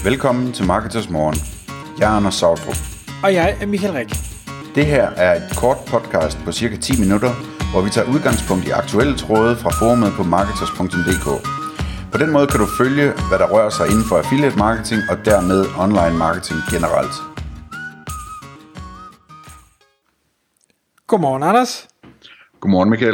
Velkommen til Marketers Morgen. Jeg er Anders Sautrup. Og jeg er Michael Rik. Det her er et kort podcast på cirka 10 minutter, hvor vi tager udgangspunkt i aktuelle tråde fra forumet på marketers.dk. På den måde kan du følge, hvad der rører sig inden for affiliate marketing og dermed online marketing generelt. Godmorgen, Anders. Godmorgen, Michael.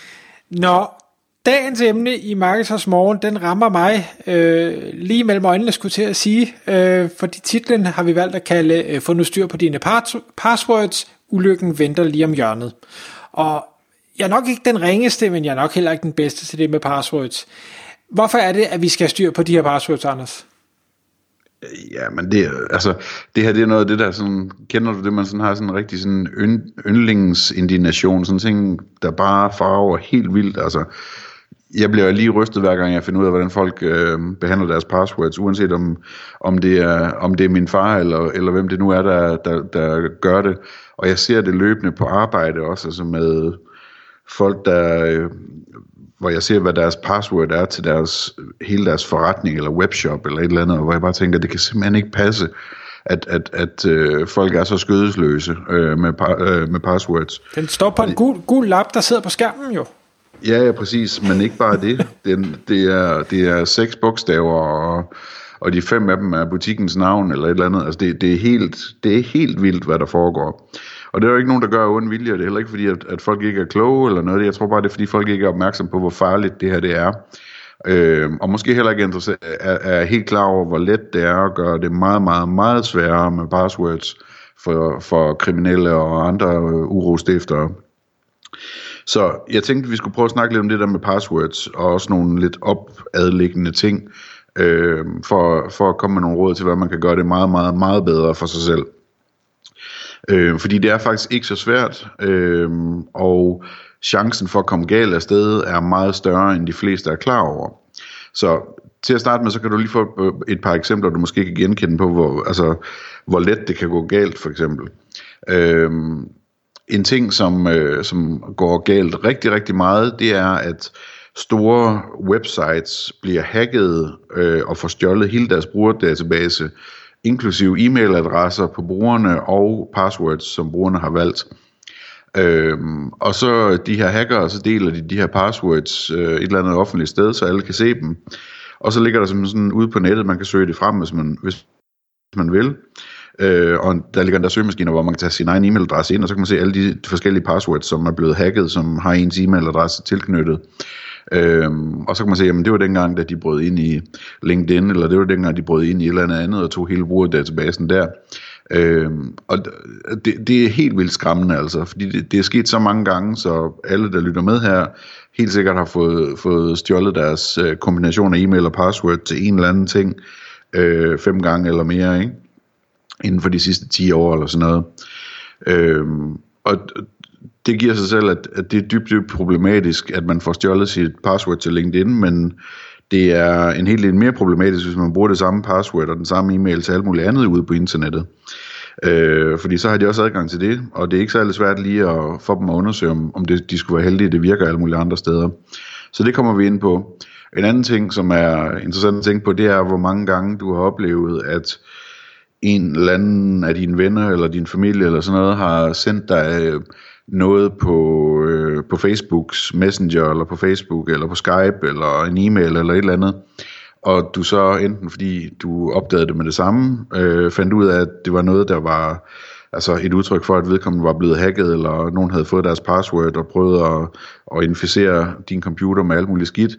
Dagens emne i Marketers Morgen, den rammer mig lige mellem øjnene, skulle til at sige, fordi titlen har vi valgt at kalde Få nu styr på dine passwords, ulykken venter lige om hjørnet. Og jeg er nok ikke den ringeste, men jeg er nok heller ikke den bedste til det med passwords. Hvorfor er det, at vi skal have styr på de her passwords, Anders? Ja, men det her det er noget af det der sådan, kender du det, man sådan har sådan en rigtig sådan yndlingsindignation, sådan ting, der bare farver helt vildt, altså. Jeg bliver lige rystet hver gang jeg finder ud af, hvordan folk behandler deres passwords, uanset om det er min far eller hvem det nu er, der gør det. Og jeg ser det løbende på arbejde også, altså med folk, hvor jeg ser, hvad deres password er til hele deres forretning eller webshop eller et eller andet, hvor jeg bare tænker, det kan simpelthen ikke passe, at folk er så skødesløse med passwords. Den står på en gul lap, der sidder på skærmen jo. Ja, præcis, men ikke bare det. Det er 6 bogstaver, og de 5 af dem er butikkens navn eller et eller andet. Altså det er helt vildt, hvad der foregår. Og det er jo ikke nogen, der gør ond vilje, og det er heller ikke fordi, at folk ikke er kloge eller noget. Jeg tror bare, det er fordi, folk ikke er opmærksom på, hvor farligt det her det er. Og måske heller ikke er helt klar over, hvor let det er at gøre det meget, meget, meget sværere med passwords for kriminelle og andre urostiftere. Så jeg tænkte, at vi skulle prøve at snakke lidt om det der med passwords, og også nogle lidt opadliggende ting, for at komme med nogle råd til, hvordan man kan gøre det meget, meget, meget bedre for sig selv. Fordi det er faktisk ikke så svært, og chancen for at komme galt af sted er meget større, end de fleste er klar over. Så til at starte med, så kan du lige få et par eksempler, du måske kan genkende på, hvor let det kan gå galt, for eksempel. En ting, som går galt rigtig, rigtig meget, det er, at store websites bliver hacket og får stjålet hele deres brugerdatabase, inklusive e-mailadresser på brugerne og passwords, som brugerne har valgt. Og så de her hackere, så deler de her passwords et eller andet offentligt sted, så alle kan se dem. Og så ligger der sådan ude på nettet, man kan søge det frem, hvis man vil. Og der ligger der søgemaskiner, hvor man kan tage sin egen e-mailadresse ind, og så kan man se alle de forskellige passwords, som er blevet hacket, som har ens e-mailadresse tilknyttet. Og så kan man se, jamen det var dengang, da de brød ind i LinkedIn, eller det var dengang, de brød ind i et eller andet, og tog hele brugerdatabasen der. Og det er helt vildt skræmmende, altså, fordi det er sket så mange gange, så alle, der lytter med her, helt sikkert har fået stjålet deres kombination af e-mail og password til en eller anden ting 5 gange eller mere, ikke? Inden for de sidste 10 år eller sådan noget. Og det giver sig selv, at det er dybt problematisk, at man får stjålet sit password til LinkedIn, men det er en helt del mere problematisk, hvis man bruger det samme password og den samme e-mail til alt muligt andet ude på internettet. Fordi så har de også adgang til det, og det er ikke særlig svært lige at få dem at undersøge, om de skulle være heldige, det virker alle mulige andre steder. Så det kommer vi ind på. En anden ting, som er interessant at tænke på, det er, hvor mange gange du har oplevet, at en eller anden af dine venner eller din familie eller sådan noget har sendt dig noget på Facebooks Messenger eller på Facebook eller på Skype eller en e-mail eller et eller andet, og du så enten fordi du opdagede det med det samme, fandt ud af, at det var noget, der var altså et udtryk for, at vedkommende var blevet hacket, eller nogen havde fået deres password og prøvet at inficere din computer med alt muligt skidt,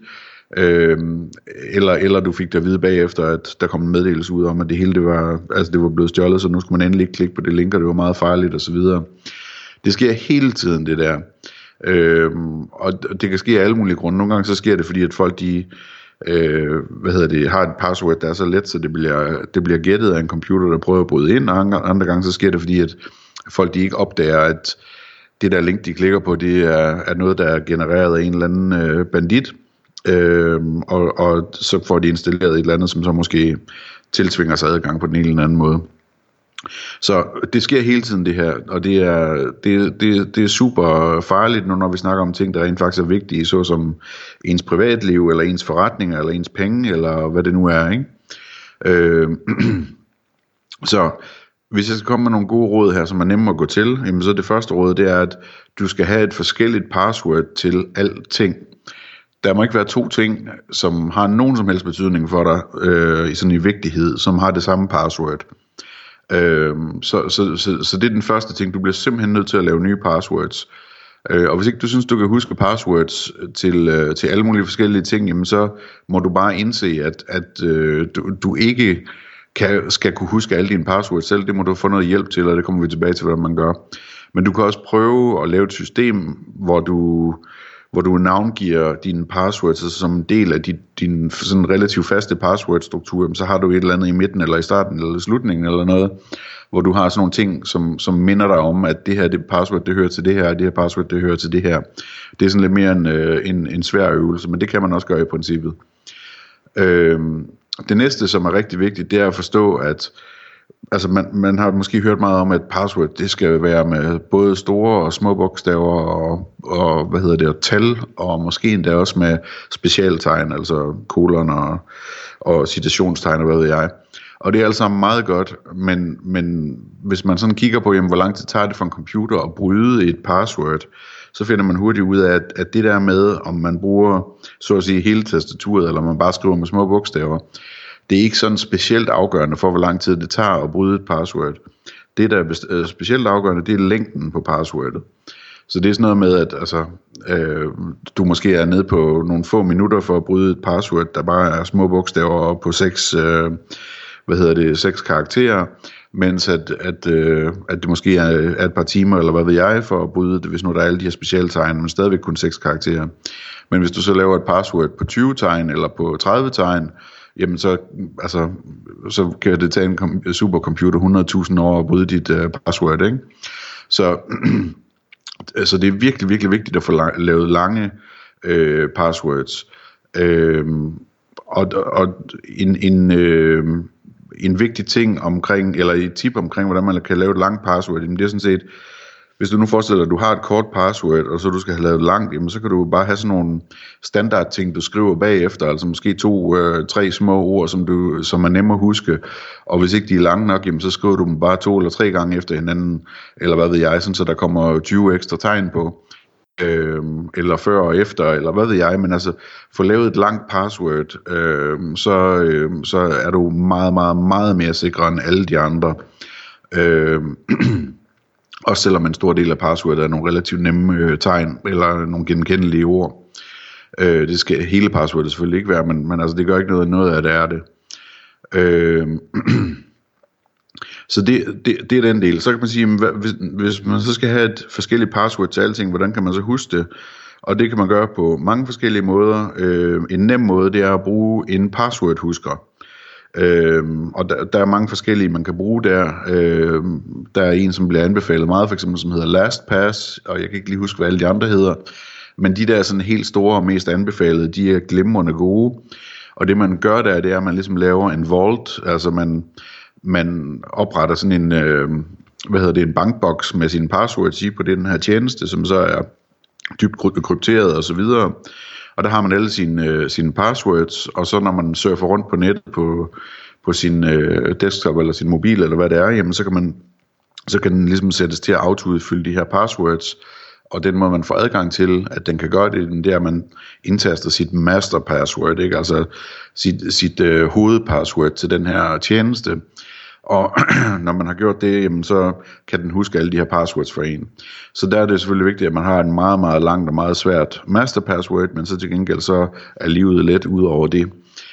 eller du fik det at vide bagefter, at der kom en meddelelse ud om, at det hele det var blevet stjålet, så nu skulle man endelig ikke klikke på det link, og det var meget farligt osv. Det sker hele tiden, det der. Og det kan ske af alle mulige grunde. Nogle gange så sker det, fordi at folk har et password, der er så let, så det bliver gættet af en computer, der prøver at bryde ind, og andre gange så sker det, fordi at folk de ikke opdager, at det der link, de klikker på, det er noget, der er genereret af en eller anden bandit, og så får de installeret et eller andet, som så måske tiltvinger sig adgang på den ene eller anden måde. Så det sker hele tiden det her, og det er super farligt nu, når vi snakker om ting, der rent faktisk er vigtige, såsom ens privatliv, eller ens forretninger, eller ens penge, eller hvad det nu er, ikke? Så hvis jeg skal komme med nogle gode råd her, som er nemme at gå til, jamen så det første råd, det er, at du skal have et forskelligt password til alting. Der må ikke være 2 ting, som har nogen som helst betydning for dig, i vigtighed, som har det samme password. Så det er den første ting. Du bliver simpelthen nødt til at lave nye passwords. Og hvis ikke du synes, du kan huske passwords til alle mulige forskellige ting, jamen så må du bare indse, at du ikke skal kunne huske alle dine passwords selv. Det må du få noget hjælp til, og det kommer vi tilbage til, hvordan man gør. Men du kan også prøve at lave et system, hvor du navngiver dine passwords altså som en del af din sådan relativt faste passwordstruktur. Så har du et eller andet i midten, eller i starten, eller i slutningen, eller noget, hvor du har sådan nogle ting, som minder dig om, at det her det password, det hører til det her, og det her password, det hører til det her. Det er sådan lidt mere en svær øvelse, men det kan man også gøre i princippet. Det næste, som er rigtig vigtigt, det er at forstå, at altså man har måske hørt meget om, at password, det skal være med både store og små bogstaver og tal, og måske endda også med specialtegn, altså kolon og citationstegn, og hvad ved jeg. Og det er altså meget godt, men hvis man sådan kigger på, jamen, hvor lang tid tager det for en computer at bryde et password, så finder man hurtigt ud af, at det der med, om man bruger, så at sige, hele tastaturet, eller man bare skriver med små bogstaver, det er ikke sådan specielt afgørende for, hvor lang tid det tager at bryde et password. Det, der er specielt afgørende, det er længden på passwordet. Så det er sådan noget med, at du måske er nede på nogle få minutter for at bryde et password, der bare er små bogstaver og på 6 karakterer, mens at det måske er et par timer, eller hvad ved jeg, for at bryde det, hvis nu der er alle de her specialtegn, men stadigvæk kun 6 karakterer. Men hvis du så laver et password på 20 tegn, eller på 30 tegn, jamen så kan det tage en supercomputer 100.000 år at bryde dit password, ikke? Så det er virkelig, virkelig vigtigt at få lavet lange passwords. Og en vigtig ting omkring, eller et tip omkring, hvordan man kan lave et langt password, jamen det er sådan set, hvis du nu forestiller dig, at du har et kort password, og så du skal have lavet langt, jamen så kan du bare have sådan nogle standard ting, du skriver bagefter, altså måske 2-3 små ord, som er nemme at huske, og hvis ikke de er lange nok, jamen så skriver du dem bare 2 eller 3 gange efter hinanden, eller hvad ved jeg, sådan så der kommer 20 ekstra tegn på, eller før og efter, eller hvad ved jeg, men altså, få lavet et langt password, så er du meget, meget, meget mere sikker end alle de andre. Også selvom en stor del af passwordet er nogle relativt nemme tegn, eller nogle genkendelige ord. Det skal hele passwordet selvfølgelig ikke være, men altså, det gør ikke noget af det er det. Så det er den del. Så kan man sige, hvis man så skal have et forskelligt password til alting, hvordan kan man så huske det? Og det kan man gøre på mange forskellige måder. En nem måde, det er at bruge en passwordhusker. Og der er mange forskellige, man kan bruge der. Der er en, som bliver anbefalet meget, for eksempel, som hedder LastPass, og jeg kan ikke lige huske, hvad alle de andre hedder. Men de der sådan helt store og mest anbefalede, de er glimrende gode. Og det man gør der, det er, at man ligesom laver en vault, altså man opretter sådan en bankboks med sine passwords i på den her tjeneste, som så er dybt krypteret og så videre. Og der har man alle sine passwords, og så når man surfer rundt på nettet på sin desktop eller sin mobil eller hvad det er, jamen så kan den ligesom sættes til at autoudfylde de her passwords. Og den måde man får adgang til, at den kan gøre det, det er, at man indtaster sit master password, ikke? Altså sit hovedpassword til den her tjeneste. Og når man har gjort det, jamen, så kan den huske alle de her passwords for en. Så der er det selvfølgelig vigtigt, at man har en meget, meget langt og meget svært master password, men så til gengæld så er livet let ud over det.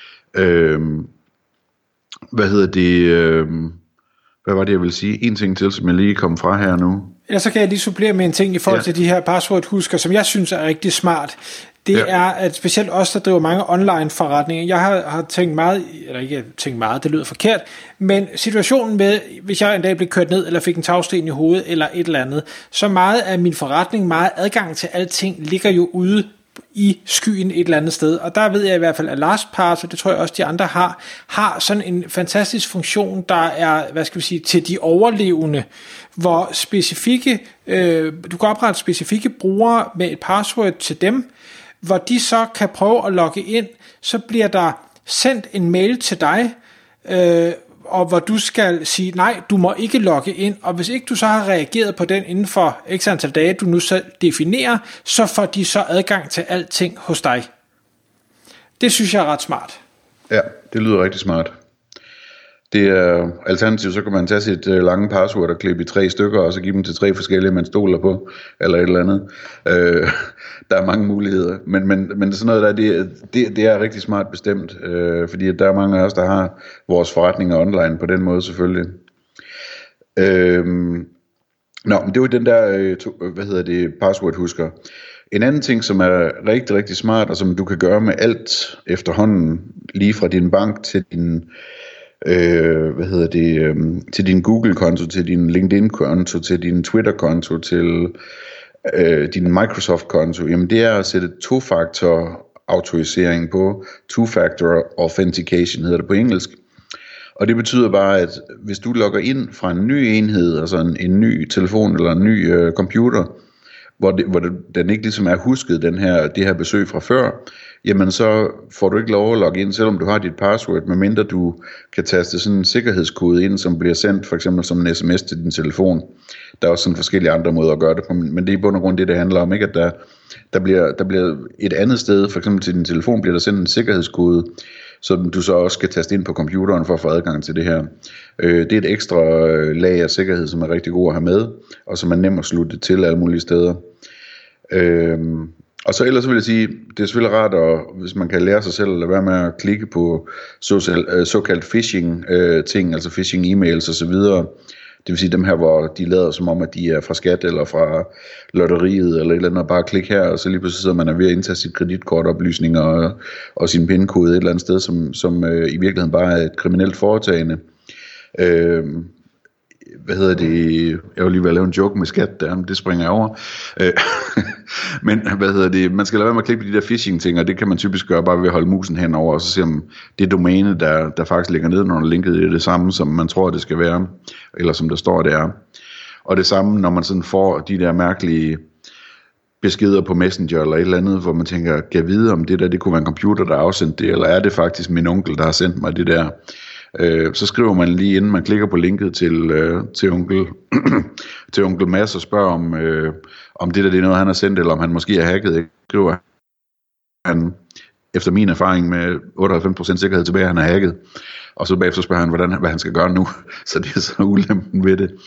Hvad var det, jeg ville sige? En ting til, som jeg lige kom fra her nu. Ja, så kan jeg lige supplere med en ting i forhold til de her passwordhusker, som jeg synes er rigtig smart. Det er, at specielt os, der driver mange online forretninger, jeg har tænkt meget, eller ikke tænkt meget, det lyder forkert, men situationen med, hvis jeg en dag blev kørt ned, eller fik en tagsten i hovedet, eller et eller andet, så meget af min forretning, meget adgang til alting, ligger jo ude i skyen et eller andet sted, og der ved jeg i hvert fald, at LastPass, og det tror jeg også de andre har sådan en fantastisk funktion, der er, til de overlevende, hvor specifikke, du kan oprette specifikke brugere med et password til dem, hvor de så kan prøve at logge ind, så bliver der sendt en mail til dig, og hvor du skal sige, nej, du må ikke logge ind, og hvis ikke du så har reageret på den inden for x antal dage, du nu selv definerer, så får de så adgang til alting hos dig. Det synes jeg er ret smart. Ja, det lyder rigtig smart. Det er alternativt, så kan man tage sit lange password og klippe i 3 stykker, og så give dem til 3 forskellige, man stoler på, eller et eller andet. Der er mange muligheder, men sådan noget der, det er rigtig smart bestemt, fordi der er mange af os, der har vores forretninger online på den måde selvfølgelig. Men det var den der, password-husker. En anden ting, som er rigtig, rigtig smart, og som du kan gøre med alt efterhånden, lige fra din bank til din til din Google-konto, til din LinkedIn-konto, til din Twitter-konto, til din Microsoft-konto, jamen det er at sætte 2-faktor-autorisering på, 2-factor authentication hedder det på engelsk. Og det betyder bare, at hvis du logger ind fra en ny enhed, altså en ny telefon eller en ny computer, hvor den ikke ligesom er husket det her besøg fra før, jamen så får du ikke lov at logge ind, selvom du har dit password, medmindre du kan taste sådan en sikkerhedskode ind, som bliver sendt for eksempel som en sms til din telefon. Der er også sådan forskellige andre måder at gøre det på, men det er i bund og grund det handler om, ikke? At der bliver et andet sted, for eksempel til din telefon, bliver der sendt en sikkerhedskode, som du så også skal taste ind på computeren for at få adgang til det her. Det er et ekstra lag af sikkerhed, som er rigtig god at have med, og som er nem at slutte til alle mulige steder. Og så ellers vil jeg sige, det er selvfølgelig rart, hvis man kan lære sig selv at lade være med at klikke på såkaldt phishing ting, altså phishing e-mails og så videre. Det vil sige dem her, hvor de lader som om, at de er fra skat eller fra lotteriet eller et eller andet, og bare klik her, og så lige pludselig sidder man ved at indtage sit kreditkortoplysninger og sin pindkode et eller andet sted, som i virkeligheden bare er et kriminelt foretagende. Jeg var lige ved at lave en joke med skat der, men det springer jeg over. Men man skal lade være med at klikke på de der phishing ting, og det kan man typisk gøre bare ved at holde musen henover, og så se om det domæne, der faktisk ligger nede under linket, det er det samme, som man tror, det skal være, eller som der står, det er. Og det samme, når man sådan får de der mærkelige beskeder på Messenger eller et eller andet, hvor man tænker, kan jeg vide, om det kunne være en computer, der har afsendt det, eller er det faktisk min onkel, der har sendt mig det der? Så skriver man lige inden man klikker på linket til onkel Mads og spørger om det er noget han har sendt, eller om han måske er hacket. Skriver han efter min erfaring med 98% sikkerhed tilbage, han er hacket, og så bagefter spørger han hvad han skal gøre nu. Så det er så ulempen ved det.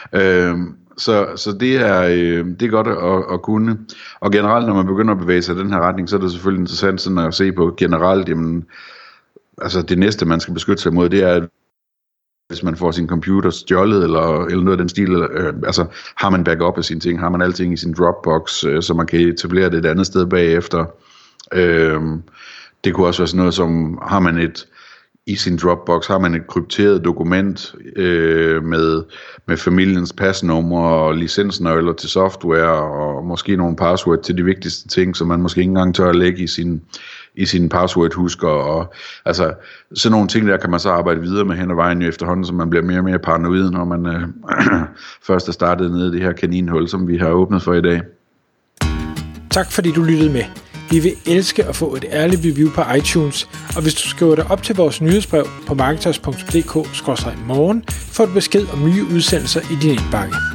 Så det er godt at kunne. Og generelt når man begynder at bevæge sig i den her retning, så er det selvfølgelig interessant sådan at se på generelt, jamen altså det næste man skal beskytte sig mod, det er at hvis man får sin computer stjålet eller noget af den stil, altså har man backup af sine ting, har man alting i sin Dropbox, så man kan etablere det et andet sted bagefter. Det kunne også være sådan noget som, har man i sin Dropbox har man et krypteret dokument med familiens pasnummer og licensnøgler til software og måske nogle password til de vigtigste ting, som man måske ikke engang tør at lægge i sin password-husker, og altså sådan nogle ting der kan man så arbejde videre med hen ad vejen efterhånden, så man bliver mere og mere paranoid, når man først er startet nede i det her kaninhul, som vi har åbnet for i dag. Tak fordi du lyttede med. Vi vil elske at få et ærligt review på iTunes, og hvis du skriver dig op til vores nyhedsbrev på marketers.dk/morgen, får du besked om nye udsendelser i din indbakke.